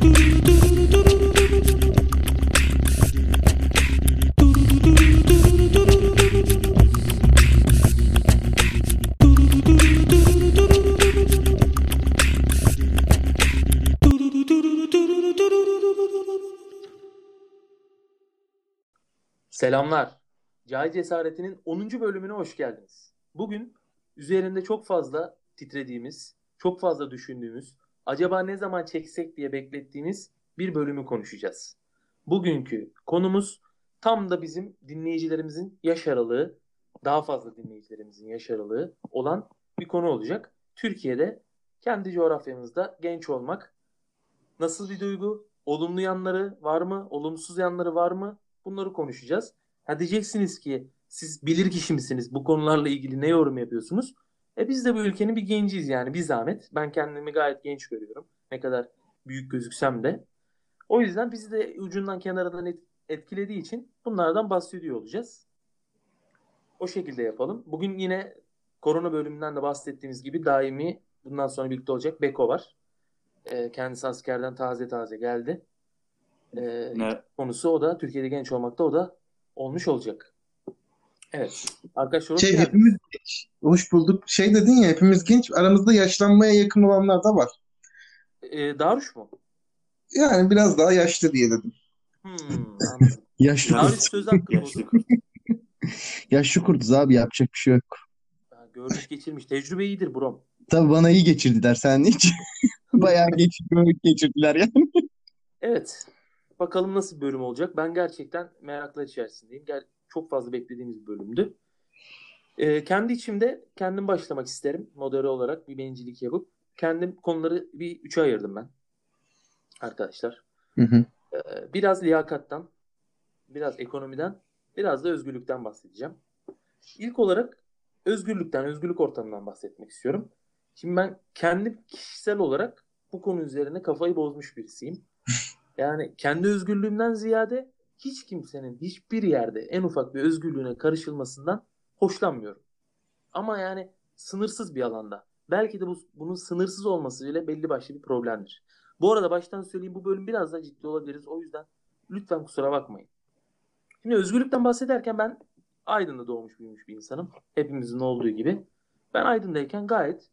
Selamlar. Cahil Cesareti'nin 10. bölümüne hoş geldiniz. Bugün üzerinde çok fazla titrediğimiz, çok fazla düşündüğümüz, acaba ne zaman çeksek diye beklettiğimiz bir bölümü konuşacağız. Bugünkü konumuz tam da bizim dinleyicilerimizin yaş aralığı, daha fazla dinleyicilerimizin yaş aralığı olan bir konu olacak. Türkiye'de kendi coğrafyamızda genç olmak nasıl bir duygu? Olumlu yanları var mı? Olumsuz yanları var mı? Bunları konuşacağız. Ha diyeceksiniz ki siz bilirkişi misiniz? Bu konularla ilgili ne yorum yapıyorsunuz? Biz de bu ülkenin bir genciyiz yani bir zahmet. Ben kendimi gayet genç görüyorum. Ne kadar büyük gözüksem de. O yüzden bizi de ucundan kenarından etkilediği için bunlardan bahsediyor olacağız. O şekilde yapalım. Bugün yine korona bölümünden de bahsettiğimiz gibi daimi bundan sonra birlikte olacak Beko var. Kendisi askerden taze geldi. Ne? Konusu o da Türkiye'de genç olmakta o da olmuş olacak. Evet. Arkadaşlar hoş geldiniz. Hepimiz genç. Hoş bulduk. Dedin ya, hepimiz genç. Aramızda yaşlanmaya yakın olanlar da var. Daruş mu? Yani biraz daha yaşlı diye dedim. Anladım. Yaşlı Daruş kurt. söz hakkı Yaşlı bozuk. Yaşlı kurtuz abi, yapacak bir şey yok. Görmüş geçirmiş. Tecrübe iyidir brom. Tabii bana iyi geçirdiler, sen hiç. Bayağı geçirdiler yani. Evet. Bakalım nasıl bir bölüm olacak. Ben gerçekten meraklar içerisindeyim. Çok fazla beklediğimiz bir bölümdü. Kendi içimde kendim başlamak isterim. Modere olarak bir bencillik yapıp. Kendim konuları bir üçe ayırdım ben. Arkadaşlar. Hı. Biraz liyakattan, biraz ekonomiden, biraz da özgürlükten bahsedeceğim. İlk olarak özgürlükten, özgürlük ortamından bahsetmek istiyorum. Şimdi ben kendim kişisel olarak bu konu üzerine kafayı bozmuş birisiyim. Yani kendi özgürlüğümden ziyade hiç kimsenin hiçbir yerde en ufak bir özgürlüğüne karışılmasından hoşlanmıyorum. Ama yani sınırsız bir alanda. Belki de bunun sınırsız olması bile belli başlı bir problemdir. Bu arada baştan söyleyeyim, bu bölüm biraz daha ciddi olabiliriz. O yüzden lütfen kusura bakmayın. Şimdi özgürlükten bahsederken ben Aydın'da doğmuş büyümüş bir insanım. Hepimizin olduğu gibi. Ben Aydın'dayken gayet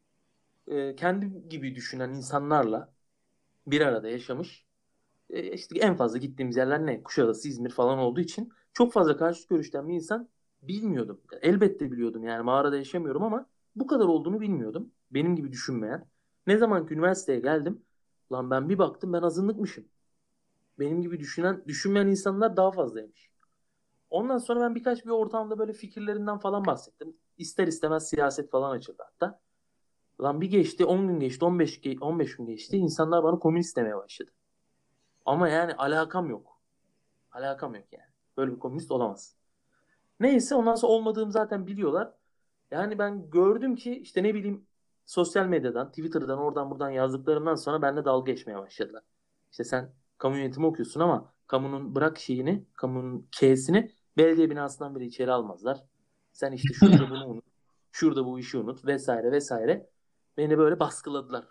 kendi gibi düşünen insanlarla bir arada yaşamış. İşte en fazla gittiğimiz yerler ne? Kuşadası, İzmir falan olduğu için çok fazla karşıt görüşten bir insan bilmiyordum. Elbette biliyordum yani mağarada yaşamıyorum ama bu kadar olduğunu bilmiyordum. Benim gibi düşünmeyen. Ne zaman ki üniversiteye geldim, lan ben bir baktım ben azınlıkmışım. Benim gibi düşünmeyen insanlar daha fazlaymış. Ondan sonra ben birkaç bir ortamda böyle fikirlerinden falan bahsettim. İster istemez siyaset falan açıldı hatta. Lan bir geçti 10 gün geçti 15 gün geçti, insanlar bana komünist demeye başladı. Ama yani alakam yok. Alakam yok yani. Böyle bir komünist olamaz. Neyse ondan sonra olmadığımı zaten biliyorlar. Yani ben gördüm ki işte ne bileyim sosyal medyadan, Twitter'dan oradan buradan yazdıklarımdan sonra benimle dalga geçmeye başladılar. İşte sen kamu yönetimi okuyorsun ama kamunun bırak şeyini, kamunun K'sini belediye binasından bile içeri almazlar. Sen işte şurada bunu unut, şurada bu işi unut vesaire vesaire. Beni böyle baskıladılar.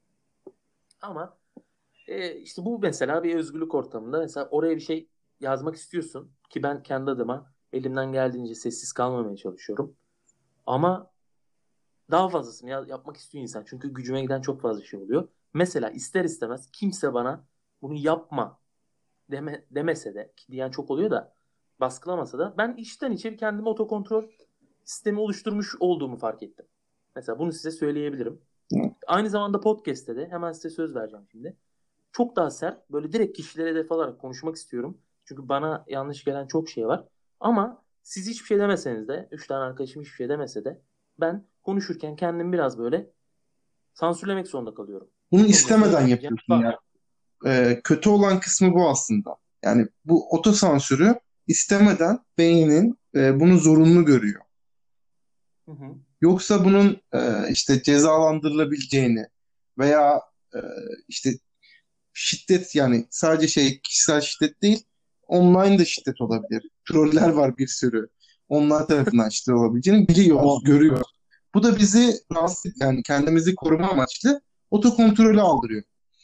Ama işte bu mesela bir özgürlük ortamında mesela oraya bir şey yazmak istiyorsun ki ben kendi adıma elimden geldiğince sessiz kalmamaya çalışıyorum. Ama daha fazlasını yapmak istiyor insan. Çünkü gücüme giden çok fazla şey oluyor. Mesela ister istemez kimse bana bunu yapma demese de, ki diyen çok oluyor da, baskılamasa da ben içten içe bir kendime otokontrol sistemi oluşturmuş olduğumu fark ettim. Mesela bunu size söyleyebilirim. Aynı zamanda podcast'te de hemen size söz vereceğim şimdi. Çok daha sert, böyle direkt kişilere hedef alarak konuşmak istiyorum. Çünkü bana yanlış gelen çok şey var. Ama siz hiçbir şey demeseniz de, 3 tane arkadaşım hiçbir şey demese de ben konuşurken kendimi biraz böyle sansürlemek zorunda kalıyorum. Bunu istemeden yapıyorsun ya. Kötü olan kısmı bu aslında. Yani bu otosansürü istemeden beynin bunu zorunlu görüyor. Hı hı. Yoksa bunun işte cezalandırılabileceğini veya işte şiddet, yani sadece kişisel şiddet değil, online de şiddet olabilir. Troller var bir sürü. Onlar tarafından şiddet olabileceğini biliyoruz, görüyoruz. Bu da bizi rahatsız, yani kendimizi koruma amaçlı otokontrolü aldırıyor.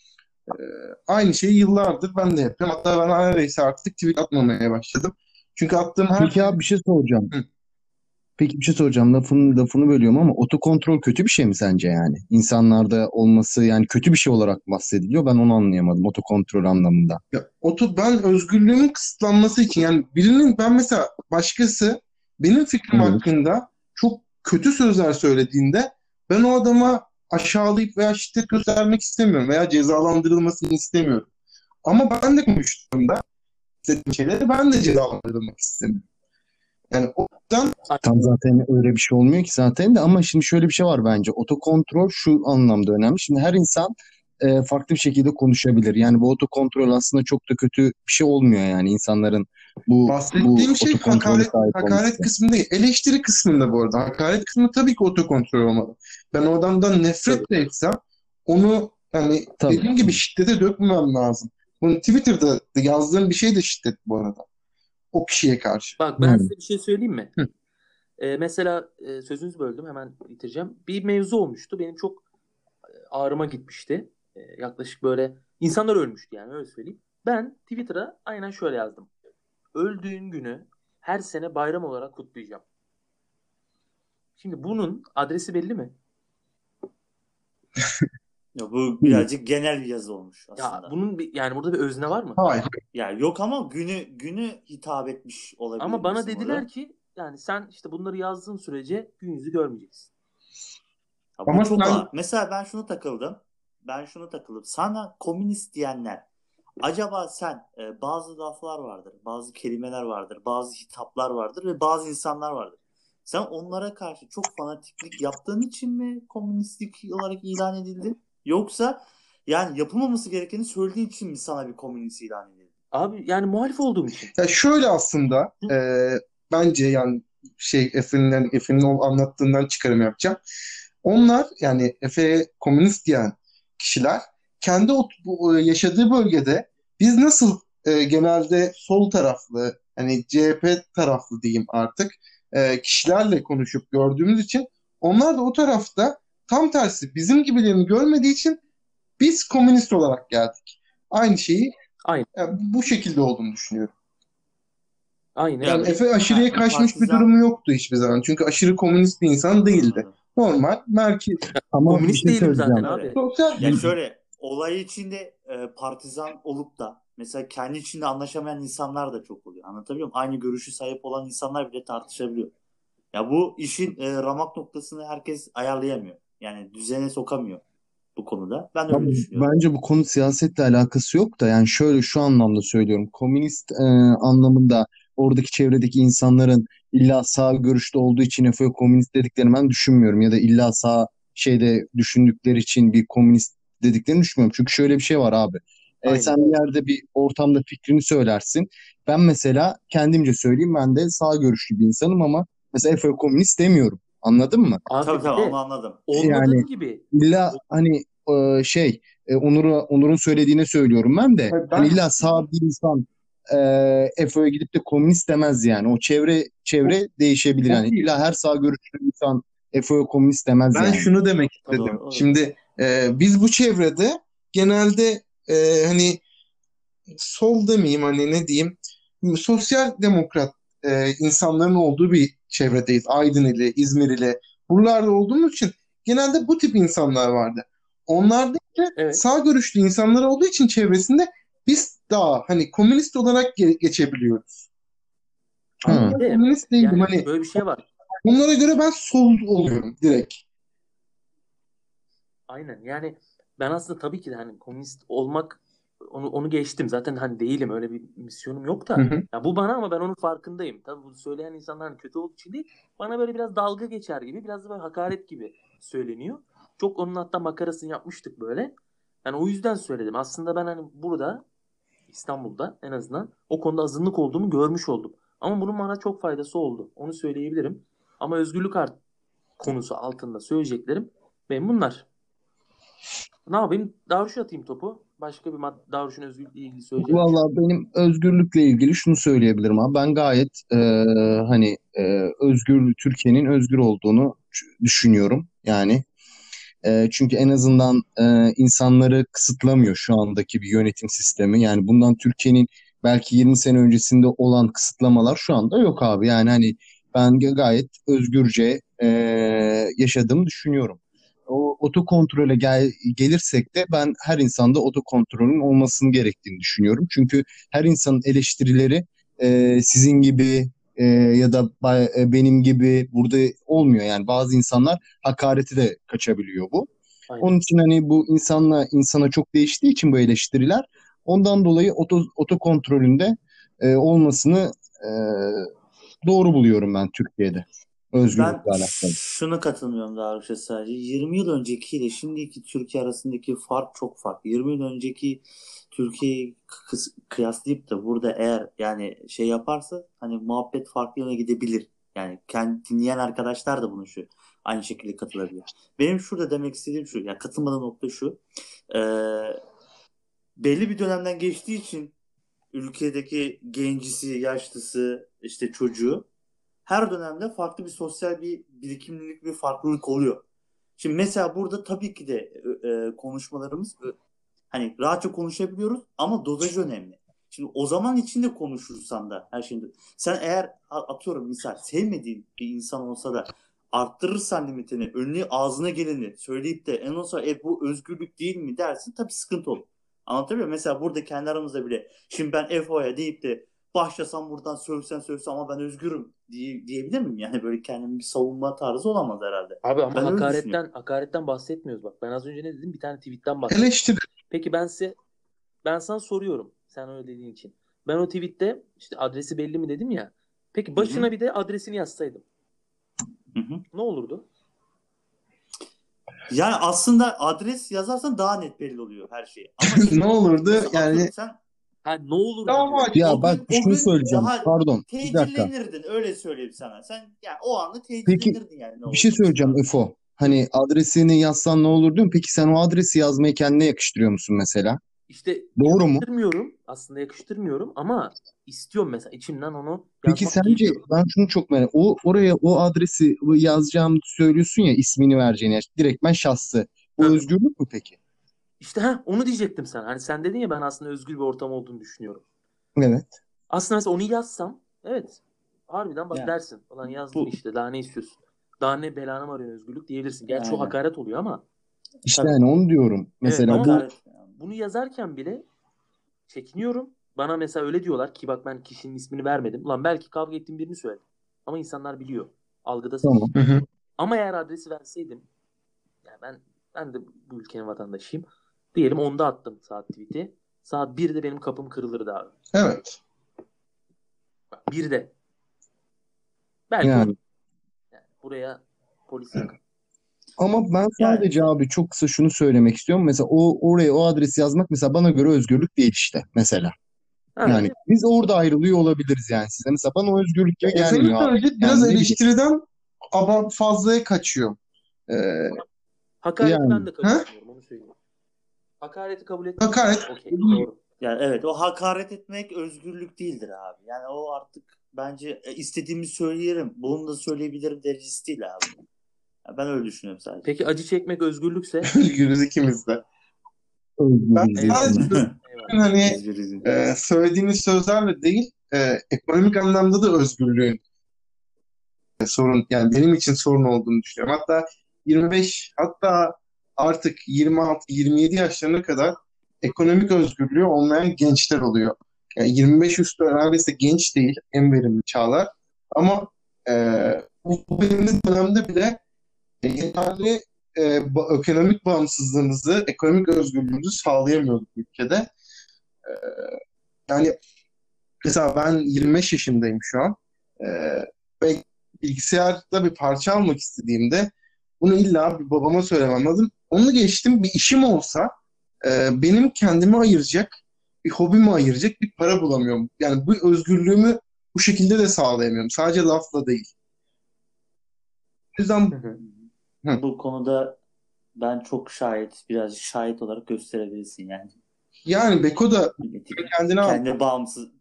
Aynı şeyi yıllardır ben de yapıyorum. Hatta ben neredeyse artık tweet atmamaya başladım. Çünkü attığım her Peki abi bir şey soracağım. Hı. Peki bir şey soracağım. Lafını bölüyorum ama otokontrol kötü bir şey mi sence yani? İnsanlarda olması yani kötü bir şey olarak bahsediliyor. Ben onu anlayamadım otokontrol anlamında. ben özgürlüğümün kısıtlanması için yani ben mesela başkası benim fikrim Evet. hakkında çok kötü sözler söylediğinde ben o adama aşağılayıp veya şiddet göstermek istemiyorum veya cezalandırılmasını istemiyorum. Ama ben de konuştuğumda istediğim şeyleri ben de cezalandırılmak istemiyorum. Yani o yüzden Tam zaten öyle bir şey olmuyor ki zaten de ama şimdi şöyle bir şey var bence. Otokontrol şu anlamda önemli. Şimdi her insan farklı bir şekilde konuşabilir. Yani bu otokontrol aslında çok da kötü bir şey olmuyor yani insanların bu bahsettiğim şey otokontrole sahip hakaret olması. kısmı değil. Eleştiri kısmında bu arada. Hakaret kısmı tabii ki otokontrol olmalı. Ben o adamdan Tabii. nefret de etsem onu yani Tabii. dediğim gibi şiddete dökmemem lazım. Bunu Twitter'da yazdığım bir şey de şiddet bu arada. O kişiye karşı. Bak ben Yani. size bir şey söyleyeyim mi? Hı. Mesela sözünüzü böldüm, hemen bitireceğim. Bir mevzu olmuştu. Benim çok ağrıma gitmişti. Yaklaşık böyle insanlar ölmüştü, yani öyle söyleyeyim. Ben Twitter'a aynen şöyle yazdım. Öldüğün günü her sene bayram olarak kutlayacağım. Şimdi bunun adresi belli mi? Ya bu birazcık genel bir yazı olmuş Ya aslında. bunun yani burada bir özne var mı? Hayır. Ya yok ama günü hitap etmiş olabilir Ama bana birisi dediler burada. ki yani sen işte bunları yazdığın sürece gün yüzü görmeyeceksin. Ya bu Ama çok sen ağır. Mesela ben şunu takıldım. Sana komünist diyenler. Acaba sen bazı laflar vardır, bazı kelimeler vardır, bazı hitaplar vardır ve bazı insanlar vardır. Sen onlara karşı çok fanatiklik yaptığın için mi komünistlik olarak ilan edildin? Yoksa yani yapılmaması gerekeni söylediğin için mi sana bir komünist ilan edildi? Abi yani muhalif olduğum için. ya şöyle aslında bence yani Efe'nin o anlattığından çıkarım yapacağım. Onlar yani Efe'ye komünist diyen kişiler kendi yaşadığı bölgede biz nasıl genelde sol taraflı hani CHP taraflı diyeyim artık kişilerle konuşup gördüğümüz için onlar da o tarafta tam tersi bizim gibilerini görmediği için biz komünist olarak geldik. Aynı şeyi Aynen. bu şekilde olduğunu düşünüyorum. Aynen Ya Yani öyle. Efe aşırıya kaçmış bir durumu yoktu hiçbir zaman. Çünkü aşırı komünist bir insan değildi. Anladım. Normal, merkez, Ama bir Komünist şey değilim zaten söyleyeceğim. abi. sosyal. Ya şöyle olay içinde partizan olup da mesela kendi içinde anlaşamayan insanlar da çok oluyor. Anlatabiliyor muyum? Aynı görüşü sahip olan insanlar bile tartışabiliyor. Ya bu işin ramak noktasını herkes ayarlayamıyor. Yani düzene sokamıyor bu konuda. Ben öyle Abi, düşünüyorum. bence bu konu siyasetle alakası yok da yani şöyle şu anlamda söylüyorum. Komünist anlamında oradaki çevredeki insanların illa sağ görüşte olduğu için Efe komünist dediklerini ben düşünmüyorum. Ya da illa sağ şeyde düşündükleri için bir komünist dediklerini düşünmüyorum. Çünkü şöyle bir şey var abi. Aynen. Sen bir yerde bir ortamda fikrini söylersin. Ben mesela kendimce söyleyeyim ben de sağ görüşlü bir insanım ama mesela Efe komünist demiyorum. Anladın mı? Abi Tabii bir tabii de onu anladım. olmadığın Yani gibi. İlla hani Onur'un söylediğine söylüyorum ben de. Hayır, Hani ben illa sağ bir insan FO'ya gidip de komünist demez yani. O çevre değişebilir yani. okey. İlla her sağ görüşlü insan FO'ya komünist demez Ben yani. şunu demek Tabii. istedim. Doğru. Şimdi biz bu çevrede genelde hani sol demeyeyim hani ne diyeyim sosyal demokrat insanların olduğu bir çevredeyiz. Aydın ili, İzmir ili. Buralarda olduğumuz için genelde bu tip insanlar vardı. Onlar da Evet. sağ görüşlü insanlar olduğu için çevresinde biz daha hani komünist olarak geçebiliyoruz. Ama Hı. ben Bir de komünist değilim. yani Hani böyle bir şey var. onlara göre ben sol oluyorum direkt. Aynen. Yani ben aslında tabii ki de hani komünist olmak, onu geçtim. Zaten hani değilim. Öyle bir misyonum yok Hı da. hı. Ya bu bana, ama ben onun farkındayım. Tabii bunu söyleyen insanların kötü olduğu için değil. Bana böyle biraz dalga geçer gibi, biraz da böyle hakaret gibi söyleniyor. Çok onun hatta makarasını yapmıştık böyle. Yani o yüzden söyledim. Aslında ben hani burada İstanbul'da en azından o konuda azınlık olduğumu görmüş oldum. Ama bunun bana çok faydası oldu. Onu söyleyebilirim. Ama özgürlük konusu altında söyleyeceklerim benim bunlar. Ne yapayım? Darüş'e atayım topu. Başka bir Darüş'ün özgürlükle ilgili söyleyeceğim bir şey. Valla benim özgürlükle ilgili şunu söyleyebilirim abi. Ben gayet hani Türkiye'nin özgür olduğunu düşünüyorum. Yani Çünkü en azından insanları kısıtlamıyor şu andaki bir yönetim sistemi. Yani bundan Türkiye'nin belki 20 sene öncesinde olan kısıtlamalar şu anda yok abi. Yani hani ben gayet özgürce yaşadığımı düşünüyorum. O otokontrole gelirsek de ben her insanda otokontrolün olmasını gerektiğini düşünüyorum. Çünkü her insanın eleştirileri sizin gibi ya da benim gibi burada olmuyor. Yani bazı insanlar hakareti de kaçabiliyor bu. Aynen. Onun için hani bu insana çok değiştiği için bu eleştiriler ondan dolayı otokontrolünde olmasını e, doğru buluyorum ben Türkiye'de. Ben Özgürlükle alakalı. şunu katılmıyorum daha doğrusu sadece. 20 yıl öncekiyle şimdiki Türkiye arasındaki fark çok farklı. 20 yıl önceki Türkiye'yi kıyaslayıp da burada eğer yani şey yaparsa hani muhabbet farklı yöne gidebilir. Yani kendi dinleyen arkadaşlar da bunu aynı şekilde katılabilir. Benim şurada demek istediğim şu. Ya katılmadığım nokta şu. Ee, belli bir dönemden geçtiği için ülkedeki gencisi, yaşlısı, işte çocuğu her dönemde farklı bir sosyal bir birikimlilik ve farklılık oluyor. Şimdi mesela burada tabii ki de konuşmalarımız hani rahatça konuşabiliyoruz ama dozaj önemli. Şimdi o zaman içinde konuşursan da her şeyinde. Sen eğer atıyorum misal sevmediğin bir insan olsa da arttırırsan limitini, önüne ağzına geleni söyleyip de en olsa bu özgürlük değil mi dersin tabii sıkıntı olur. Anlatabiliyor muyum? Mesela burada kendi aramızda bile şimdi ben EFO'ya deyip de başlasam buradan sövsen ama ben özgürüm diyebilir miyim? Yani böyle kendimi bir savunma tarzı olamaz herhalde. Abi ama Ben öyle düşünüyorum. hakaretten bahsetmiyoruz bak. Ben az önce ne dedim? Bir tane tweetten bahsettim. Eleştiri. Peki ben sana soruyorum. Sen öyle dediğin için. Ben o tweette işte adresi belli mi dedim ya. Peki başına Hı-hı. bir de adresini yazsaydım. Hı-hı. Ne olurdu? Yani aslında adres yazarsan daha net belli oluyor her şey. Ama Ne olurdu? mesela Yani atıyorum sen Ha ne olurdu dava diyorum. açık. Ya o bak gün o şunu gün söyleyeceğim. daha Pardon, bir dakika. tecillenirdin öyle söyleyeyim sana. Sen yani o anda Peki tecillenirdin yani ne bir şey olduğunu söyleyeceğim çıkardı. Efo. Hani adresini yazsan ne olur diyorum. Peki sen o adresi yazmayı kendine yakıştırıyor musun mesela? İşte Doğru mu? yakıştırmıyorum. Aslında yakıştırmıyorum ama istiyorum mesela. İçimden onu Peki yazmak sence geliyor. ben şunu çok merak oraya o adresi yazacağımı söylüyorsun ya ismini vereceğini yani direktmen şahsı. Bu Tabii. özgürlük mü peki? İşte onu diyecektim sana. Hani sen dedin ya ben aslında özgür bir ortam olduğunu düşünüyorum. Evet. Aslında mesela onu yazsam evet. Harbiden bak Yani dersin. Ulan yazdım bu işte daha ne istiyorsun? Daha ne belanı mı arıyorsun özgürlük diyebilirsin. Gerçi o aynen. hakaret oluyor ama. İşte Tabii. yani onu diyorum. Evet Mesela ama bu Hakaret. bunu yazarken bile çekiniyorum. Bana mesela öyle diyorlar ki bak ben kişinin ismini vermedim. Ulan belki kavga ettiğim birini söyledim. Ama insanlar biliyor. Algıda tamam. seçiyor. Hı hı. Ama eğer adresi verseydim yani ben de bu ülkenin vatandaşıyım. Diyelim 10'da attım saat tweet'i. Saat 1'de benim kapım kırılırdı abi. Evet. Bak 1'de. Belki Yani yani buraya polis yakın. ama ben Yani sadece abi çok kısa şunu söylemek istiyorum. Mesela oraya o adresi yazmak mesela bana göre özgürlük değil işte mesela. Yani Evet. biz orada ayrılıyor olabiliriz yani size. Mesela bana o özgürlük gibi Özgürlük gelmiyor abi. önce biraz Yani ne bileyim. eleştiriden fazlaya kaçıyor. Ee, Hakareti ben Yani de kabul ha? etmiyorum onu söyleyeyim. Hakareti kabul etmiyorum. Hakaret. Okey doğru. yani evet o hakaret etmek özgürlük değildir abi. Yani o artık bence istediğimi söyleyelim. Bunu da söyleyebilirim derecesi değil abi. Ya ben öyle düşünüyorum sadece. Peki acı çekmek özgürlükse? Özgürüz ikimiz de. Ben özgürüz Eyvallah. diyorsun. sadece Eyvallah. hani İzmir'izin. söylediğiniz sözlerle değil, ekonomik anlamda da özgürlüğün sorun, yani benim için sorun olduğunu düşünüyorum. Hatta 25, hatta artık 26-27 yaşlarına kadar ekonomik özgürlüğü olmayan gençler oluyor. Yani 25 üstü neredeyse genç değil, en verimli çağlar. Ama e, bu verimli dönemde bile yeterli ekonomik bağımsızlığımızı, ekonomik özgürlüğümüzü sağlayamıyorduk ülkede. E, Yani mesela ben 25 yaşındayım şu an. Ve bilgisayarda bir parça almak istediğimde bunu illa bir babama söylemem lazım. Onu geçtim, bir işim olsa benim kendime ayıracak, bir hobime ayıracak bir para bulamıyorum. Yani bu özgürlüğümü bu şekilde de sağlayamıyorum. Sadece lafla değil. O Hı yüzden hı. hı, Bu konuda ben çok birazcık şahit olarak gösterebilirsin yani. yani Beko da kendine al. Kendi bağımsız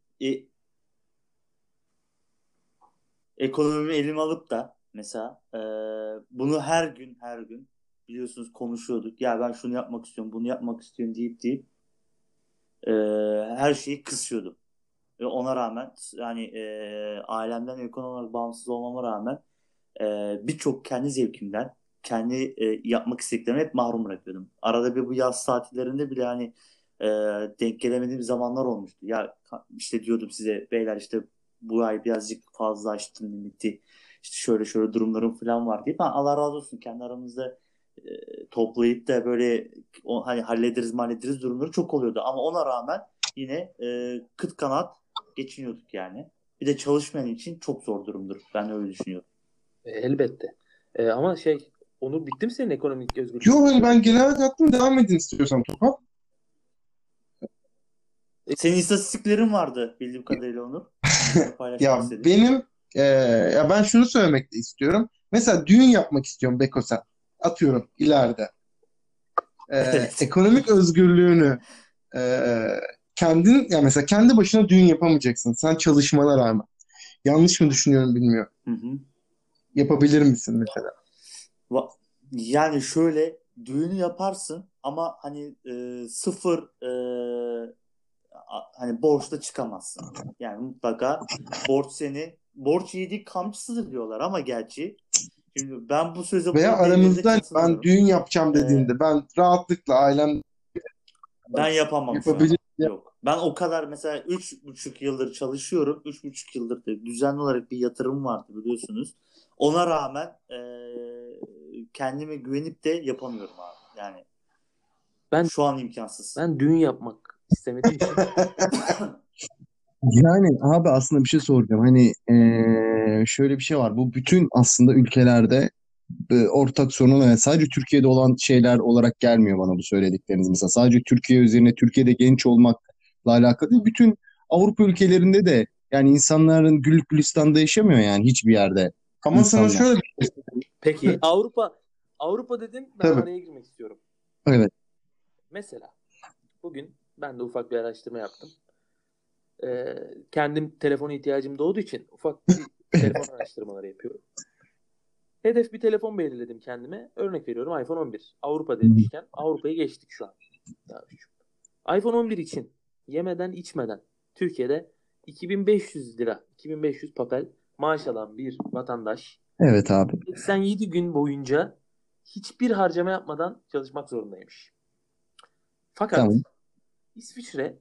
ekonomimi elime alıp da mesela bunu her gün biliyorsunuz konuşuyorduk. Ya ben şunu yapmak istiyorum, bunu yapmak istiyorum deyip e, her şeyi kısıyordum. Ve ona rağmen yani ailemden ekonomik olarak bağımsız olmama rağmen birçok kendi zevkimden, kendi yapmak istediklerimi hep mahrum bırakıyordum. Arada bir bu yaz tatillerinde bile hani e, denk gelemediğim zamanlar olmuştu. Ya işte diyordum size beyler işte bu ay birazcık fazla açtım limiti. İşte şöyle şöyle durumlarım falan var deyip Allah razı olsun kendi aramızda toplayıp da böyle hani hallederiz durumları çok oluyordu. Ama ona rağmen yine kıt kanaat geçiniyorduk yani. Bir de çalışmayan için çok zor durumdur. Ben öyle düşünüyorum. Elbette. Ama Onur, bitti mi senin ekonomik özgürlük Yok ben konuşman? genel hattım devam edin istiyorsan Tufan. Senin istatistiklerin vardı bildiğim kadarıyla Onur. Bunları paylaşmak Ya istedim. benim ya ben şunu söylemek de istiyorum. Mesela düğün yapmak istiyorum Beko sen. Atıyorum ileride. Evet. Ekonomik özgürlüğünü e, kendin ya mesela kendi başına düğün yapamayacaksın. Sen çalışmana rağmen. Yanlış mı düşünüyorum bilmiyorum. Hı hı. Yapabilir misin mesela? Va- Yani şöyle düğünü yaparsın ama hani sıfır hani borçla çıkamazsın. Yani mutlaka borç yiğidi kamçısıdır diyorlar ama gerçi şimdi ben bu söze Veya bu devirde aranızda ben katılmıyorum. düğün yapacağım E, dediğinde ben rahatlıkla ailem Ben yapamam şu an. yapabilir. Yok. Ben o kadar mesela 3,5 yıldır çalışıyorum. 3,5 yıldır da düzenli olarak bir yatırım vardı biliyorsunuz. Ona rağmen kendime güvenip de yapamıyorum abi. Yani Ben şu an imkansız. ben düğün yapmak istemediğim için Yani abi aslında bir şey soracağım. Hani şöyle bir şey var. Bu bütün aslında ülkelerde ortak sorun olan, yani sadece Türkiye'de olan şeyler olarak gelmiyor bana bu söyledikleriniz. Mesela sadece Türkiye üzerine, Türkiye'de genç olmakla alakalı değil. Bütün Avrupa ülkelerinde de yani insanların güllük gülistanlıkta yaşamıyor yani hiçbir yerde Ama sana insanlar. şöyle bir peki Avrupa dedin, ben tabii. araya girmek istiyorum. Evet. Mesela bugün ben de ufak bir araştırma yaptım. Kendim telefona ihtiyacım doğduğu için ufak bir telefon araştırmaları yapıyorum. Hedef bir telefon belirledim kendime. Örnek veriyorum, iPhone 11. Avrupa demişken Avrupa'yı geçtik şu an. iPhone 11 için yemeden içmeden Türkiye'de 2500 lira, 2500 papel maaş alan bir vatandaş Evet abi. 87 gün boyunca hiçbir harcama yapmadan çalışmak zorundaymış. Fakat Tamam. İsviçre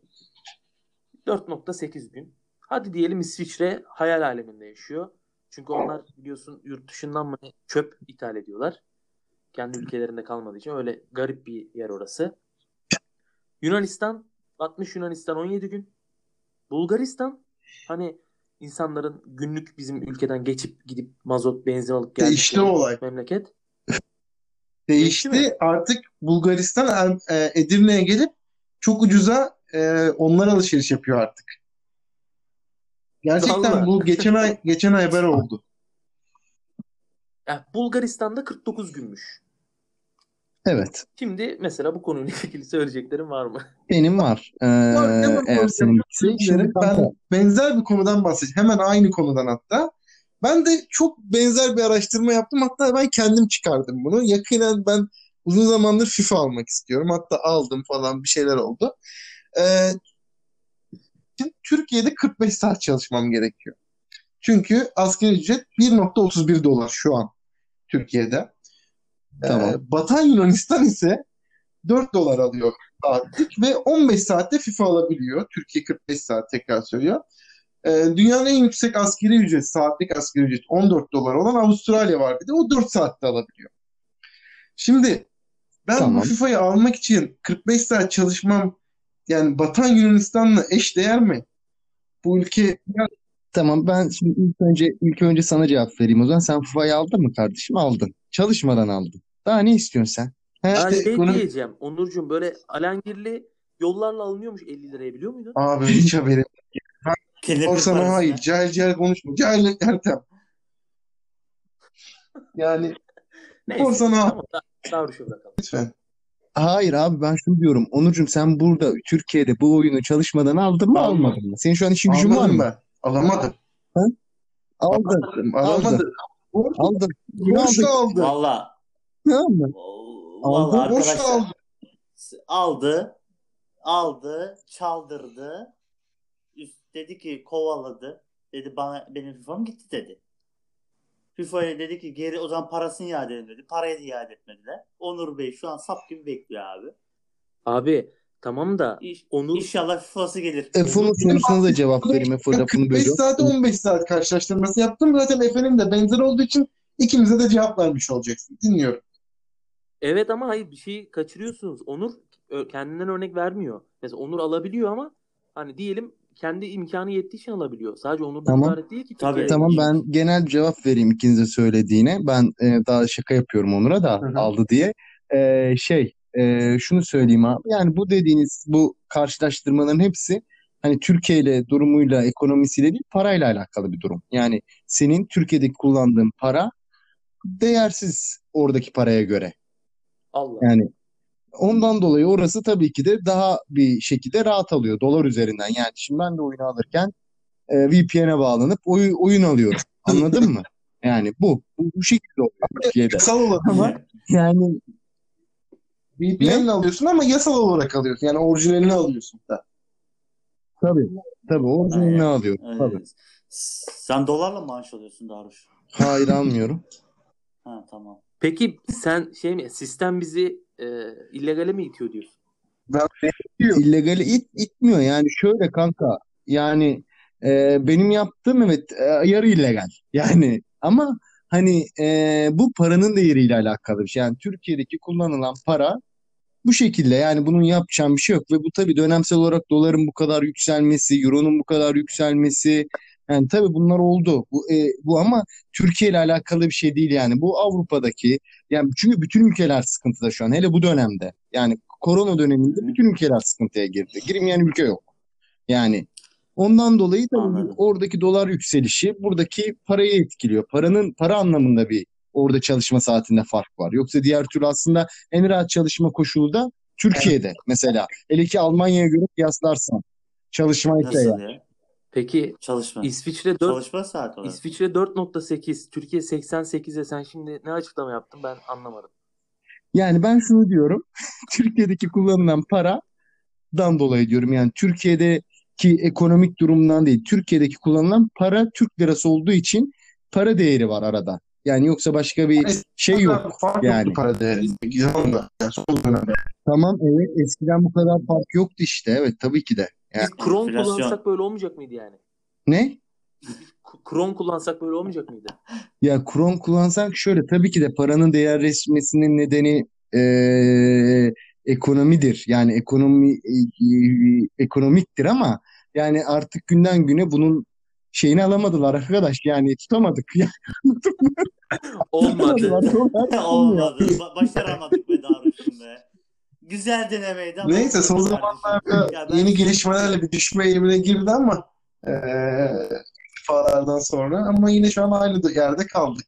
4,8 gün. Hadi diyelim İsviçre hayal aleminde yaşıyor. Çünkü onlar biliyorsun yurt dışından mı çöp ithal ediyorlar. Kendi ülkelerinde kalmadığı için öyle garip bir yer orası. Yunanistan, 60 Yunanistan 17 gün. Bulgaristan, hani insanların günlük bizim ülkeden geçip gidip mazot benzin alıp Değişti geldikleri olay. memleket. Değişti mi? Değişti. Artık Bulgaristan Edirne'ye gelip çok ucuza onlar alışveriş yapıyor artık. Gerçekten Valla. bu geçen ay haber oldu. Bulgaristan'da 49 günmüş. Evet. Şimdi mesela bu konuyla ilgili söyleyeceklerim var mı? Benim var. Hemen Eğer senin özür şimdi dilerim. kanka. Ben benzer bir konudan bahsedeceğim. Hemen aynı konudan hatta. Ben de çok benzer bir araştırma yaptım. Hatta ben kendim çıkardım bunu. Yakinen ben uzun zamandır FIFA almak istiyorum. Hatta aldım falan bir şeyler oldu. Ee, Şimdi Türkiye'de 45 saat çalışmam gerekiyor. Çünkü asgari ücret 1,31 dolar şu an Türkiye'de. Tamam. Batan Yunanistan ise 4 dolar alıyor saatlik ve 15 saatte FIFA alabiliyor. Türkiye 45 saat tekrar söylüyor. Dünyanın en yüksek asgari ücret, saatlik asgari ücret 14 dolar olan Avustralya var bir de. O 4 saatte alabiliyor. Şimdi ben bu Tamam. FIFA'yı almak için 45 saat çalışmam yani batan Yunanistan'la eş değer mi? Bu ülke Tamam, ben şimdi ilk önce sana cevap vereyim o zaman. Sen FIFA'yı aldın mı kardeşim? Aldın. Çalışmadan aldın. Daha ne istiyorsun sen? He? Ha, işte ekonomi... diyeceğim Onurcuğum, böyle alengirli yollarla alınıyormuş 50 liraya, biliyor muydun? Abi hiç haberim. Sor Kelepir sana hayır. parasına. Cahil cahil konuşma. Cahil Ertem. Yani sor Neyse sana tamam, daha şu bakalım. lütfen. Hayır abi, ben şunu diyorum. Onurcuğum, sen burada Türkiye'de bu oyunu çalışmadan aldın mı Almadım. almadın mı? Senin şu an işin gücün var Almadım mı? ben. Alamadım. Ha? Aldın. Alamadım. Aldın. Alamadım. Aldın. Yine Borçla aldın. aldım. Valla Tamam mı? Vallahi Aldı. Boş arkadaşlar aldı. aldı, çaldırdı. Dedi ki kovaladı. Dedi benim FIFA'm gitti dedi. FIFA'ya dedi ki geri o zaman parasını iade edin dedi. Parayı da iade etmediler. Onur Bey şu an sap gibi bekliyor abi. Abi tamam da Onur İnşallah FIFA'sı gelir. Efe'nin sorusuna da cevap vereyim. Efe Ben lafını 45 bölüyorum. saate 15 saat karşılaştırması yaptım. Zaten Efe'nin de benzer olduğu için ikimize de cevap vermiş olacaksın. Dinliyorum. evet ama hayır bir şeyi kaçırıyorsunuz. Onur kendinden örnek vermiyor. Mesela Onur alabiliyor ama hani diyelim kendi imkanı yettiği için alabiliyor. Sadece Onur'dan Tamam. ibaret değil ki Tabii. Türkiye'de. Tamam, ben genel bir cevap vereyim ikinize söylediğine. Ben daha şaka yapıyorum Onur'a da Hı hı. aldı diye. Şunu söyleyeyim abi. Yani bu dediğiniz bu karşılaştırmaların hepsi hani Türkiye ile durumuyla ekonomisiyle değil parayla alakalı bir durum. Yani senin Türkiye'deki kullandığın para değersiz oradaki paraya göre. Allah. Yani ondan dolayı orası tabii ki de daha bir şekilde rahat alıyor dolar üzerinden. Yani şimdi ben de oyunu alırken VPN'e bağlanıp oyun alıyorum. Anladın mı? Yani bu şekilde oluyor Türkiye'de. Yasal olarak Ama yani VPN'le alıyorsun ama yasal olarak alıyorsun. Yani orijinalini alıyorsun da. tabii orijinalini alıyorum. Tabii. Sen dolarla maaş alıyorsun Daruş. Hayır, almıyorum. Ha tamam. Peki sen sistem bizi illegale mi itiyor diyorsun? İllegali itmiyor. Yani şöyle kanka, yani benim yaptığım evet yarı illegal. Yani ama hani bu paranın değeriyle alakalı bir şey. Yani Türkiye'deki kullanılan para bu şekilde, yani bunun yapacağım bir şey yok ve bu tabii dönemsel olarak doların bu kadar yükselmesi, euronun bu kadar yükselmesi, yani tabii bunlar oldu. Bu ama Türkiye ile alakalı bir şey değil yani. Bu Avrupa'daki, yani çünkü bütün ülkeler sıkıntıda şu an, hele bu dönemde. Yani korona döneminde bütün ülkeler sıkıntıya girdi. Girmeyen ülke yok. Yani ondan dolayı tabii Anladım. oradaki dolar yükselişi buradaki parayı etkiliyor. Para anlamında bir orada çalışma saatinde fark var. Yoksa diğer türlü aslında en rahat çalışma koşulu da Türkiye'de mesela. Hele ki Almanya'ya göre kıyaslarsan çalışmaysa Nasıl ya. ya? Peki Çalışma. İsviçre 4 Çalışma saat olarak. İsviçre 4.8, Türkiye 88'e sen şimdi ne açıklama yaptın ben anlamadım. Yani ben şunu diyorum. Türkiye'deki kullanılan paradan dolayı diyorum. Yani Türkiye'deki ekonomik durumdan değil. Türkiye'deki kullanılan para Türk lirası olduğu için para değeri var arada. Yani yoksa başka bir şey yok. Fark Yani yoktu para değeri. Zamanında. Yani son dönemde. tamam, evet, eskiden bu kadar fark yoktu işte. Evet, tabii ki de. Yani, Biz kron Enflasyon. kullansak böyle olmayacak mıydı yani? ne? Kron kullansak böyle olmayacak mıydı? Ya kron kullansak şöyle, tabii ki de paranın değerleşmesinin nedeni ekonomidir. Yani ekonomiktir ama yani artık günden güne bunun şeyini alamadılar arkadaş. Yani tutamadık. Yani Olmadı. tutamadılar. Dolar olmuyor. Olmadı. Başaramadık be Daruş'um be. Güzel denemeydi ama Neyse, son olmadı zamanlarda kardeşim. Ya ben yeni gelişmelerle bir düşme eğilimine girdi ama falardan sonra, ama yine şu an aynı yerde kaldık.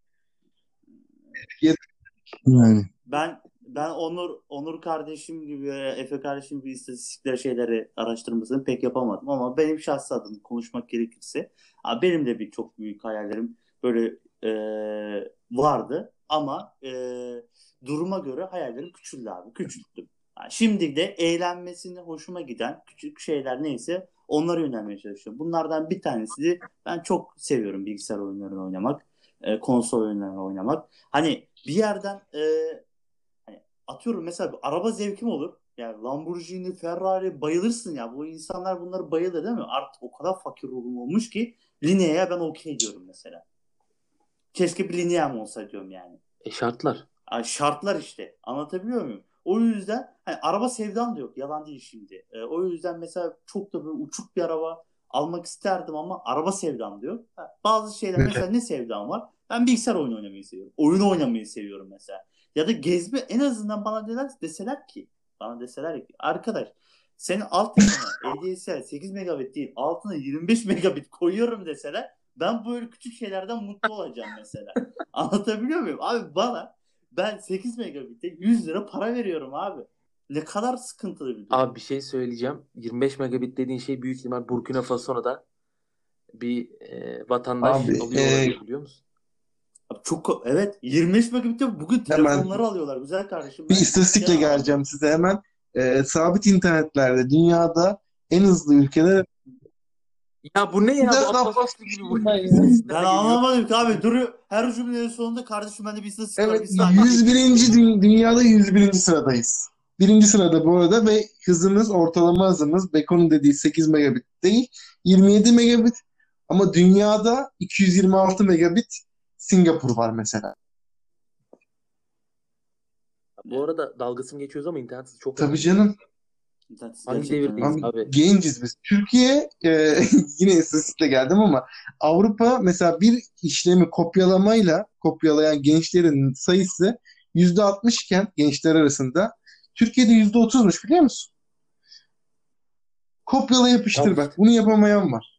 Yani. ben Onur kardeşim gibi, Efe kardeşim gibi istatistikleri şeyleri araştırmasını pek yapamadım ama benim şahsi adım konuşmak gerekirse benim de çok büyük hayallerim böyle vardı ama duruma göre hayallerim küçüldü abi, küçülttüm. Yani şimdi de eğlenmesini hoşuma giden küçük şeyler neyse onlara yönelmeye çalışıyorum. Bunlardan bir tanesi de ben çok seviyorum bilgisayar oyunlarını oynamak, konsol oyunlarını oynamak. Hani bir yerden hani atıyorum mesela bir araba zevkim olur. Yani Lamborghini, Ferrari bayılırsın ya. Bu insanlar bunları bayılır değil mi? Artık o kadar fakir ruhum olmuş ki Linea'ya ben okey diyorum mesela. Keşke bir Linea'm olsa diyorum yani. Şartlar. Şartlar işte. Anlatabiliyor muyum? O yüzden hani araba sevdam da yok. Yalan değil şimdi. O yüzden mesela çok da böyle uçuk bir araba almak isterdim ama araba sevdam da yok. Bazı şeyler mesela ne sevdam var? Ben bilgisayar oyunu oynamayı seviyorum. Oyun oynamayı seviyorum mesela. Ya da gezme, en azından deseler ki arkadaş senin altyapına ADSL 8 megabit değil altına 25 megabit koyuyorum deseler ben böyle küçük şeylerden mutlu olacağım mesela. Anlatabiliyor muyum? Abi ben 8 megabitte 100 lira para veriyorum abi. Ne kadar sıkıntılı bir durum. Abi bir şey söyleyeceğim. 25 megabit dediğin şey büyük ihtimal Burkina Faso'da bir vatandaş Abi, alıyor olabilir biliyor musun? Abi çok evet 25 megabitte bugün Hemen telefonları alıyorlar. Güzel kardeşim bir ben istatistikle istemem abi. geleceğim size hemen. Sabit internetlerde dünyada en hızlı ülkeler Ya bu ne ya? Bu neden Abbas Abbas Üstü gibi bu ben ya. istatistikler Ben geliyor. anlamadım ki abi. Duruyor. Her cümlenin sonunda kardeşim bende bir istatistik var. Evet, Bir saniye. 101. Dünyada 101. sıradayız. Birinci sırada bu arada ve hızımız, ortalama hızımız Beko'nun dediği 8 megabit değil, 27 megabit, ama dünyada 226 megabit Singapur var mesela. Bu arada dalgasını geçiyoruz ama internet hızı çok Tabii önemli. canım. İnternetsiz Hangi gerçekten devirdeyiz önemli. Abi abi? genciz biz. Türkiye yine istatistikle geldim ama Avrupa mesela bir işlemi kopyalayan gençlerin sayısı %60 iken gençler arasında Türkiye'de %30'muş, biliyor musun? Kopyala Al yapıştır bak. işte. Bunu yapamayan var.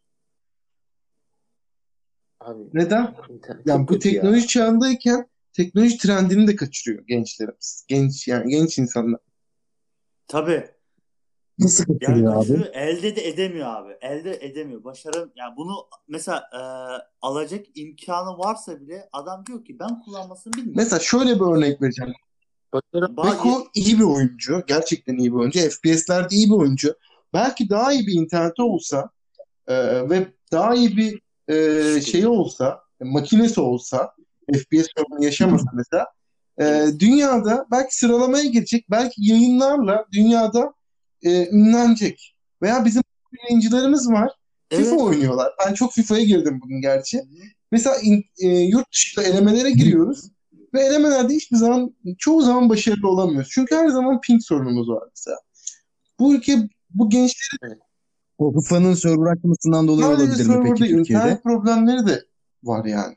Abi Neden? internet Yani çok bu kötü teknoloji ya. çağındayken teknoloji trendini de kaçırıyor gençlerimiz. Genç insanlar. Tabii. Nasıl Yani kaçırıyor abi? kaçırıyor. Elde de edemiyor abi. Elde edemiyor. Yani bunu mesela alacak imkanı varsa bile adam diyor ki ben kullanmasını bilmiyorum. Mesela şöyle bir örnek vereceğim. Başarı Beko iyi bir oyuncu. Gerçekten iyi bir oyuncu. FPS'lerde iyi bir oyuncu. Belki daha iyi bir interneti olsa ve daha iyi bir şeyi Şükür. olsa, makinesi olsa, FPS sorunu yaşamasa mesela, Evet. dünyada belki sıralamaya girecek, belki yayınlarla dünyada ünlenecek. Veya bizim yayıncılarımız var. FIFA Evet. oynuyorlar. Ben çok FIFA'ya girdim bugün gerçi. Hı-hı. Mesela yurt dışında elemelere Hı. giriyoruz ve elemelerde hiçbir zaman, çoğu zaman başarılı olamıyoruz. Çünkü her zaman ping sorunumuz var mesela. Bu ülke, bu gençlerin evet. O UFA'nın server açmasından dolayı sadece olabilir mi peki serverda Türkiye'de? internet problemleri de var yani.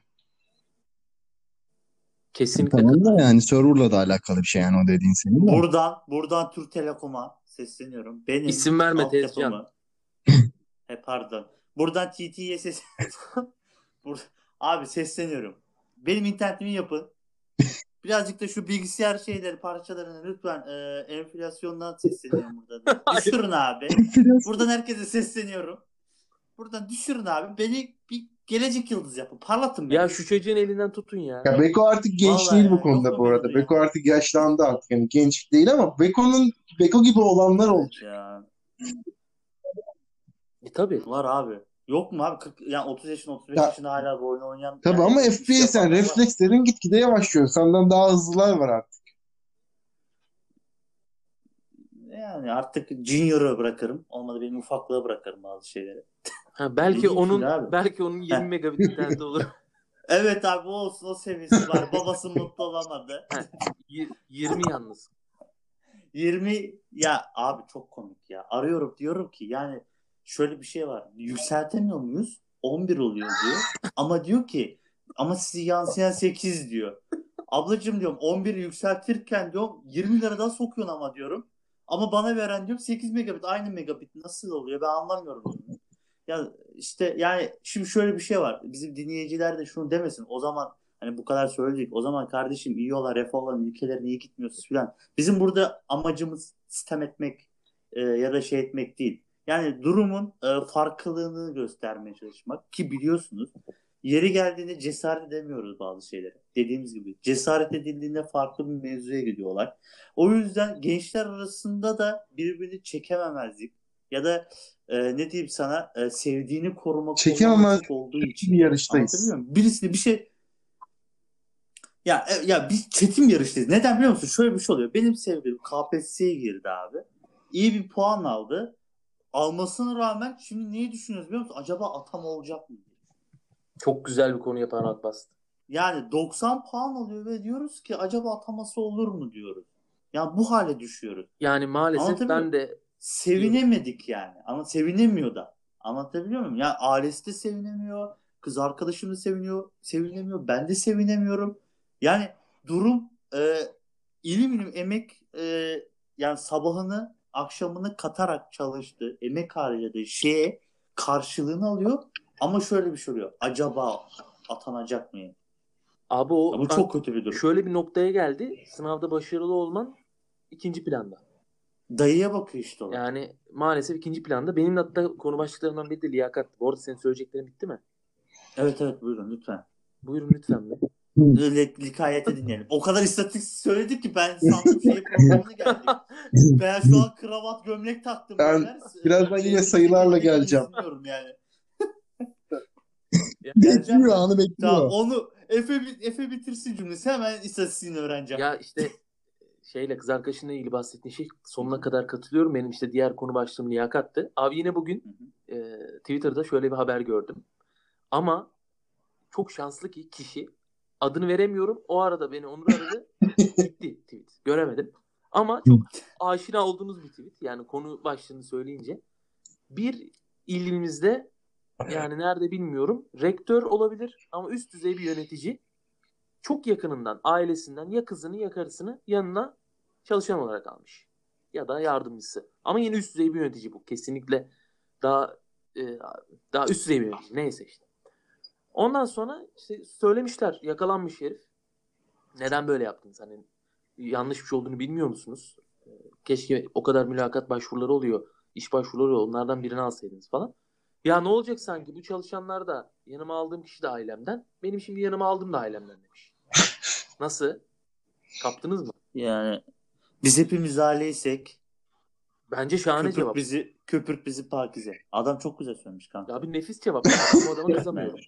Kesinlikle Tamam da katılıyorum. yani serverla da alakalı bir şey yani o dediğin senin de. Buradan Türk Telekom'a sesleniyorum. Benim İsim verme Tezcan. altyapımı pardon. Buradan TT'ye Bur abi sesleniyorum. Benim internetimi yapın. Birazcık da şu bilgisayar şeyleri parçalarını lütfen enflasyondan sesleniyorum burada da. Hayır. Düşürün abi. Biraz Buradan herkese sesleniyorum. Buradan düşürün abi. Beni bir gelecek yıldız yapın. Parlatın Ya beni. şu çocuğun elinden tutun ya. Ya Beko artık genç Vallahi değil bu ya. Yok konuda mu bu bir arada. udu ya? Beko artık yaşlandı artık. Yani genç değil ama Beko gibi olanlar oldu. Evet ya. Tabii. Var abi. Yok mu abi? 40, yani 30 yaşında 35 Ya yaşında hala bu oyunu oynayan tabii yani ama bu işi FPS yani yapanlar var. reflekslerin gitgide yavaşlıyor. Senden daha hızlılar var artık. Yani artık Junior'ı bırakırım. Olmadı benim ufaklığa bırakırım bazı şeyleri. Ha, Ne diyeyim şimdi abi? belki onun 20 Heh. megabit interneti olur. Evet abi o olsun o sevinsin bari. Babası mutlu olamadı. Ha, 20 yalnız. 20 ya abi çok komik ya. Arıyorum diyorum ki yani şöyle bir şey var. Yükseltemiyor muyuz? 11 oluyor diyor. Ama diyor ki ama sizi yansıyan 8 diyor. Ablacığım diyorum 11'i yükseltirken diyorum 20 lira daha sokuyorsun ama diyorum. Ama bana veren diyorum 8 megabit aynı megabit nasıl oluyor ben anlamıyorum diyorum. Ya işte yani şimdi şöyle bir şey var. Bizim dinleyiciler de şunu demesin. O zaman hani bu kadar söyledik. O zaman kardeşim iyi yola refah olan ülkelere niye gitmiyorsunuz filan. Bizim burada amacımız sistem etmek ya da şey etmek değil. Yani durumun farklılığını göstermeye çalışmak ki biliyorsunuz yeri geldiğinde cesaret edemiyoruz bazı şeylere. Dediğimiz gibi cesaret edildiğinde farklı bir mevzuya gidiyorlar. O yüzden gençler arasında da birbirini çekememezlik ya da ne diyeyim sana sevdiğini Çekememez kollamacılık olduğu bir için. yarıştayız. Anlatabiliyor muyum? Birisine bir şey ya biz çetin yarıştayız. Neden biliyor musun? Şöyle bir şey oluyor. Benim sevgilim KPSS'ye girdi abi. İyi bir puan aldı. Almasına rağmen şimdi neyi düşünüyoruz biliyor musun? Acaba atama olacak mı? Çok güzel bir konuya parmak bastı. Yani 90 puan alıyor ve diyoruz ki acaba ataması olur mu diyoruz. Ya bu hale düşüyoruz. Yani maalesef Anlatabiliyor ben muyum? de Sevinemedik yani. Ama sevinemiyor da. Anlatabiliyor muyum? Ya ailesi de sevinemiyor. Kız arkadaşım da sevinemiyor. Ben de sevinemiyorum. Yani durum ilim ilim emek yani sabahını akşamını katarak çalıştı. Emek harcadığı şeye karşılığını alıyor. Ama şöyle bir şey oluyor. Acaba atanacak mıyım? abi Ya o bu çok kötü bir durum. şöyle bir noktaya geldi. Sınavda başarılı olman ikinci planda. Dayıya bakıyor işte olay. Yani maalesef ikinci planda. Benim de hatta konu başlıklarından biri de liyakat. Bu arada senin söyleyeceklerin bitti mi? Evet buyurun lütfen. Buyurun lütfen mi? Öyle likayete dinleyelim. O kadar istatistik söyledik ki ben sandım programına geldik. Ben şu an kravat gömlek taktım Ben beyler. birazdan yine sayılarla geleceğim. Dinliyorum yani. Bekliyor, anı Tamam, bekliyor. onu Efe bitirsin cümlesi. Hemen istatistiğini öğreneceğim. Ya işte kız arkadaşınla ilgili bahsettiğin şey sonuna kadar katılıyorum. Benim işte diğer konu başlığım liyakattı. Abi yine bugün Twitter'da şöyle bir haber gördüm. Ama çok şanslı ki kişi, adını veremiyorum. O arada beni Onur aradı. Gitti tweet. Göremedim. Ama çok aşina olduğunuz bir tweet. Yani konu başlığını söyleyince. Bir ilimizde, yani nerede bilmiyorum, rektör olabilir ama üst düzey bir yönetici, çok yakınından, ailesinden ya kızını ya karısını yanına çalışan olarak almış. Ya da yardımcısı. Ama yine üst düzey bir yönetici bu. Kesinlikle daha daha üst düzey bir yönetici. Neyse işte. Ondan sonra işte söylemişler. Yakalanmış herif. Neden böyle yaptınız? Hani yanlış bir şey olduğunu bilmiyor musunuz? Keşke o kadar mülakat başvuruları oluyor. İş başvuruları oluyor. Onlardan birini alsaydınız falan. Ya ne olacak sanki? Bu çalışanlar da, yanıma aldığım kişi de ailemden. Benim şimdi yanıma aldığım da ailemden demiş. Nasıl? Kaptınız mı? Yani biz hepimiz aileysek Bence şahane cevap. köpürt bizi pakize. Adam çok güzel söylemiş kanka. Ya bir nefis cevap. Ben bu adama kızamıyorum.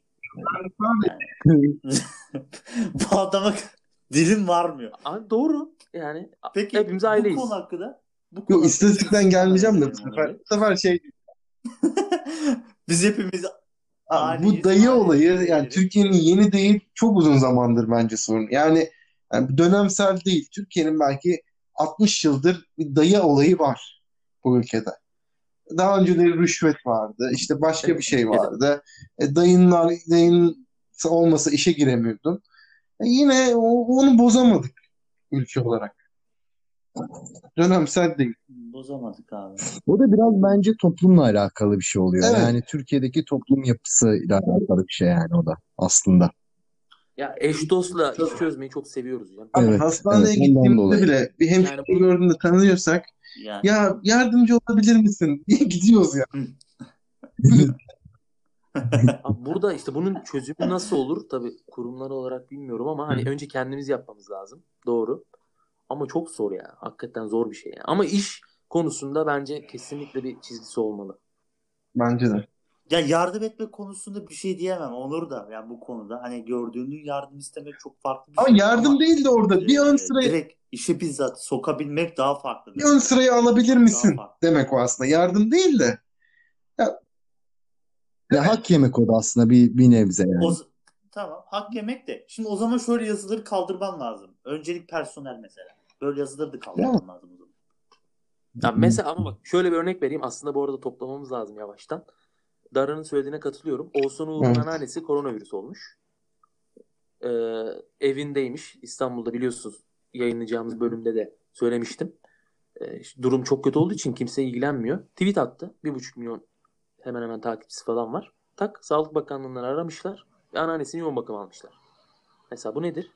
Bu adama dilim varmıyor. Abi doğru. Yani Peki hepimiz aileyiz. bu konu hakkında Yok, istatistikten gelmeyeceğim de bu sefer şey biz hepimiz abi, bu aileyiz, dayı aile olayı yani bireyleri. Türkiye'nin yeni değil, çok uzun zamandır bence sorun. Yani dönemsel değil. Türkiye'nin belki 60 yıldır bir dayı olayı var bu ülkede. Daha önce de rüşvet vardı. İşte başka bir şey vardı. Dayın olmasa işe giremiyordun. Yine onu bozamadık ülke olarak. Dönemsel değil. Bozamadık abi. O da biraz bence toplumla alakalı bir şey oluyor. Evet. Yani Türkiye'deki toplum yapısıyla alakalı bir şey yani o da aslında. Ya eş dostla iş çözmeyi çok seviyoruz ya. Ama Evet, hastaneye evet, ondan gittiğimizde dolayı. bile bir hemşire Yani gördüğünde tanıyorsak Yani. ya yardımcı olabilir misin diye gidiyoruz ya. Abi burada işte bunun çözümü nasıl olur? Tabii kurumlar olarak bilmiyorum ama hani önce kendimiz yapmamız lazım. Doğru. Ama çok zor ya. Hakikaten zor bir şey ya. Ama iş konusunda bence kesinlikle bir çizgisi olmalı. Bence de. Ya yardım etme konusunda bir şey diyemem. Onur da yani bu konuda hani gördüğünü yardım istemek çok farklı bir Ama şey. yardım değil de orada bir ön sırayı direkt işe bizzat sokabilmek daha farklı. bir ön sırayı alabilir misin Daha farklı. demek o aslında. Yardım değil de. Ya hak yemek o da aslında bir nebze yani. Tamam, hak yemek de. Şimdi o zaman şöyle yazıları kaldırman lazım. Öncelik personel mesela. Böyle yazıları da kaldırman lazım o zaman. Ya mesela ama bak şöyle bir örnek vereyim. Aslında bu arada toplamamız lazım yavaştan. Dara'nın söylediğine katılıyorum. Oğuzhan Uğur'un Evet. anneannesi koronavirüs olmuş. Evindeymiş. İstanbul'da biliyorsunuz, yayınlayacağımız bölümde de söylemiştim. Durum çok kötü olduğu için kimse ilgilenmiyor. Tweet attı. 1,5 milyon hemen hemen takipçisi falan var. Tak, Sağlık Bakanlığı'ndan aramışlar ve anneannesini yoğun bakım almışlar. Mesela bu nedir?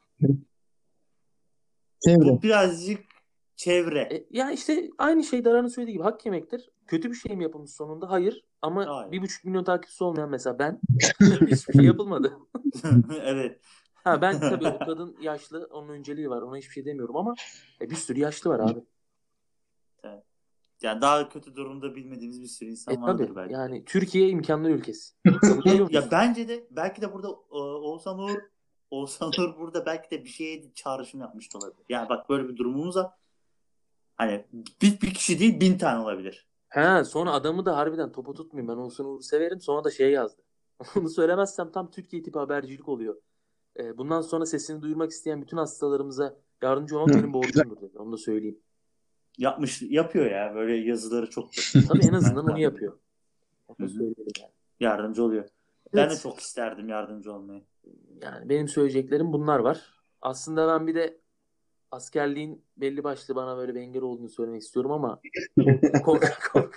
Çevre. Bu birazcık çevre. Ya işte aynı şey Dara'nın söylediği gibi hak yemektir. Kötü bir şey mi yapılmış sonunda? Hayır. Ama Hayır. 1,5 milyon takipçisi olmayan mesela ben hiçbir şey yapılmadı. Evet. Ben tabii o kadın yaşlı, onun önceliği var. Ona hiçbir şey demiyorum ama bir sürü yaşlı var abi. Yani daha kötü durumda bilmediğimiz bir sürü insan vardır Tabii. belki. Yani Türkiye imkanlar ülkesi. Kabul ediyor Ya musun? bence de belki de burada Oğuzhan Uğur burada belki de bir şeye çağrışım yapmış da olabilir. Yani bak böyle bir durumumuz var. Hani bir kişi değil 1000 tane olabilir. Sonra adamı da harbiden topu tutmayayım. Ben Oğuzhan Uğur'u severim. Sonra da şey yazdı. Onu söylemezsem tam Türkiye tipi habercilik oluyor. Bundan sonra sesini duyurmak isteyen bütün hastalarımıza yardımcı olmak benim borcumdur dedi. Onu da söyleyeyim. Yapıyor ya. Böyle yazıları çok. Tabii en azından onu yapıyor. Onu da söyleyelim yani. Yardımcı oluyor. Ben de Evet. çok isterdim yardımcı olmayı. Yani benim söyleyeceklerim bunlar var. Aslında ben bir de askerliğin belli başlı bana böyle bir engel olduğunu söylemek istiyorum ama korka.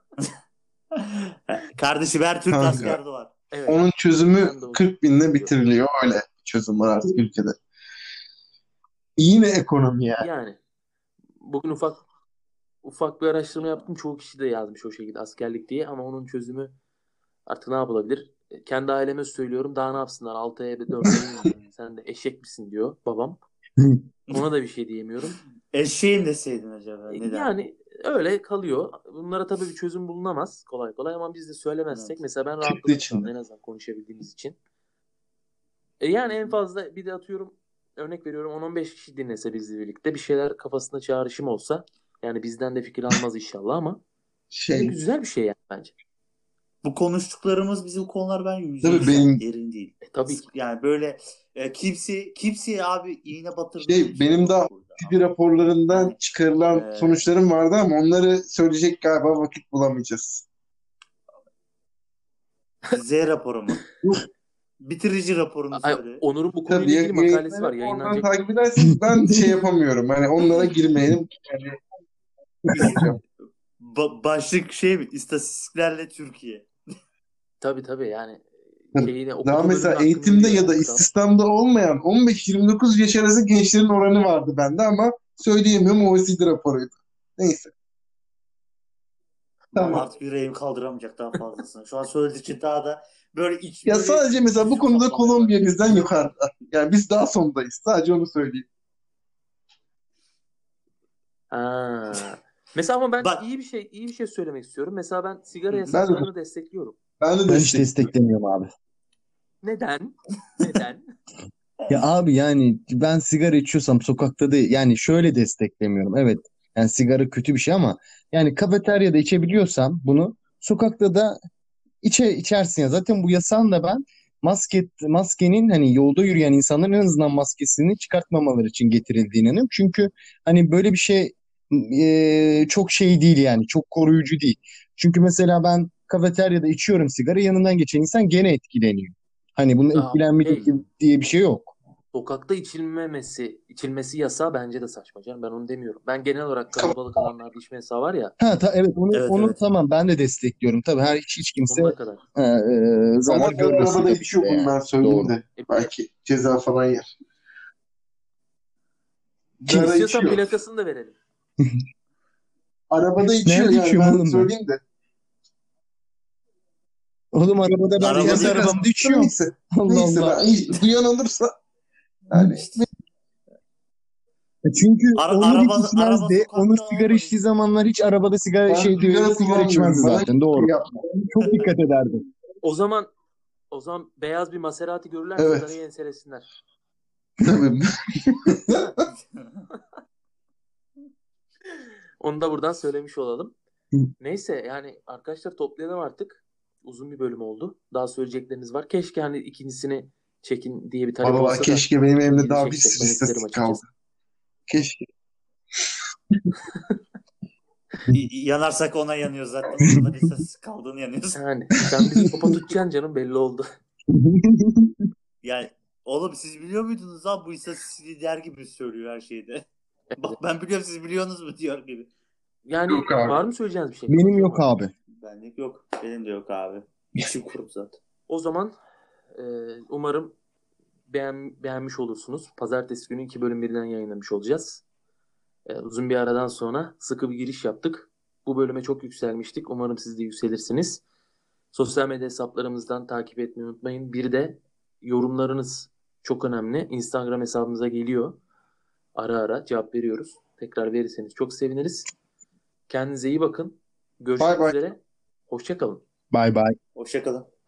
Kardeşim her Türk Kanka. asker doğar. Evet. Onun çözümü Ben de o- 40 binle bitiriliyor. Öyle bir çözüm var artık ülkede. Yine ekonomi yani. Yani bugün ufak bir araştırma yaptım. Çoğu kişi de yazmış o şekilde askerlik diye ama onun çözümü artık ne yapılabilir? kendi aileme söylüyorum. Daha ne yapsınlar? 6'ya 4'e inin. Sen de eşek misin diyor babam. Ona da bir şey diyemiyorum. Eşeğim deseydin acaba. Neden? Yani öyle kalıyor. Bunlara tabii bir çözüm bulunamaz kolay kolay ama biz de söylemezsek Evet. mesela ben Kitle rahatladım şu içinde. anda en azından konuşabildiğimiz için. Yani en fazla bir de atıyorum örnek veriyorum 10-15 kişi dinlese bizle birlikte bir şeyler kafasında çağrışım olsa yani bizden de fikir almaz inşallah ama yine Şey, güzel bir şey yani bence. Bu konuştuklarımız bizim konular ben tabii yüzeysel, benim derin değil. Tabii ki. Yani böyle kimseye abi iğne batırdığımız bir şey benim yok daha burada. TV raporlarından Yani çıkarılan e, sonuçlarım vardı ama onları söyleyecek galiba vakit bulamayacağız. Z raporu mu? Yok, Bitirici raporunu Ay, söyle. Onur'un bu tabii konuyla ilgili makalesi var yayınları oradan yayınlanacak. takip ederseniz ben şey yapamıyorum. Hani onlara girmeyelim. Yani olacağım. Başlık şey mi? İstatistiklerle Türkiye. Tabii yani şeyine Daha okuduğu mesela bölümün hakkını eğitimde veriyor ya da yani kral. istihdamda olmayan 15-29 yaş arası gençlerin oranı vardı bende ama söyleyemiyorum, OECD raporuydu. Neyse, Vallahi tamam. artık yüreğim kaldıramayacak daha fazlasını. Şu an söylediği daha da böyle Ya böyle sadece mesela bu yüzüm konuda kaplamaya Kolombiya başladı. bizden yukarıda. Yani biz daha sondayız. Sadece onu söyleyeyim. Ha. Mesela ama ben Bak iyi bir şey söylemek istiyorum. Mesela ben sigara hı hı. Ben de, yasaklarını destekliyorum. ben de Ben hiç destekliyorum. desteklemiyorum abi. Neden? Neden? Ya abi yani ben sigara içiyorsam sokakta da yani şöyle desteklemiyorum. Evet yani sigara kötü bir şey ama yani kafeteryada içebiliyorsam bunu sokakta da içersin ya. Zaten bu yasağın da ben maskenin hani yolda yürüyen insanların en azından maskesini çıkartmamaları için getirildiğine inanıyorum. Çünkü hani böyle bir şey çok şey değil yani çok koruyucu değil. Çünkü mesela ben kafeteryada içiyorum sigara yanından geçen insan gene etkileniyor. Hani bunun Aa, etkilenmeyecek diye bir şey yok. sokakta içilmesi yasağı bence de saçma canım. Ben onu demiyorum. Ben genel olarak kalabalık alanlarda içme yasağı var ya Ha evet Evet onu evet. tamam ben de destekliyorum. Tabii hiç kimse sonuna kadar. Ama zarar o görmesin arabada tabii ki içiyor de bunu, yani. ben söyleyeyim Doğru. de. Bir de Belki ceza falan yer. kim Gara istiyorsan içiyor. plakasını da verelim. Arabada içiyor Nerede yani, içiyorum ben oğlum ben? söyleyeyim de. Oğlum arabada ben Arabada kendi Plaka arabamda içiyorum. neyse. Allah Neyse, Allah. ben duyan olursa yani İşte Çünkü Onur hiç araba içmezdi. Onur sokakta sigara olmadı. içtiği zamanlar hiç arabada ben sigara sigara kullanmıyorum. içmezdi Bana zaten. hiçbir Doğru. şey yapma. Çok dikkat ederdi. O zaman beyaz bir Maserati görürler sigarayı Evet. enselesinler. Tabii. Değil mi? Onu da buradan söylemiş olalım. Neyse yani arkadaşlar toplayalım artık. Uzun bir bölüm oldu. Daha söyleyecekleriniz var. Keşke hani ikincisini çekin diye bir talep Vallahi olsa da keşke benim elimde ikinciyi de daha bir çeksek. sürü Ben isterim istatistik kaldı. açıkçası. Keşke. Yanarsak ona yanıyor zaten. O kadar istatistik kaldığını yanıyoruz. Yani sen bizi topa tutacaksın canım belli oldu. Yani oğlum siz biliyor muydunuz lan bu istatistiği der gibi söylüyor her şeyde. Bak ben biliyorum siz biliyorsunuz mu diyor gibi. Yani Yok abi. var mı söyleyeceğiniz bir şey? Benim Kapatıyorum yok o zaman. abi. Benlik yok. Benim de yok abi. İçim kurup zaten. O zaman umarım beğenmiş olursunuz. Pazartesi günü 2 bölüm birden yayınlamış olacağız. Uzun bir aradan sonra sıkı bir giriş yaptık. Bu bölüme çok yükselmiştik. Umarım siz de yükselirsiniz. Sosyal medya hesaplarımızdan takip etmeyi unutmayın. Bir de yorumlarınız çok önemli. Instagram hesabımıza geliyor. Ara ara cevap veriyoruz. Tekrar verirseniz çok seviniriz. Kendinize iyi bakın. Bay Görüşmek bay. üzere. Hoşça kalın. Bay bay. Hoşçakalın.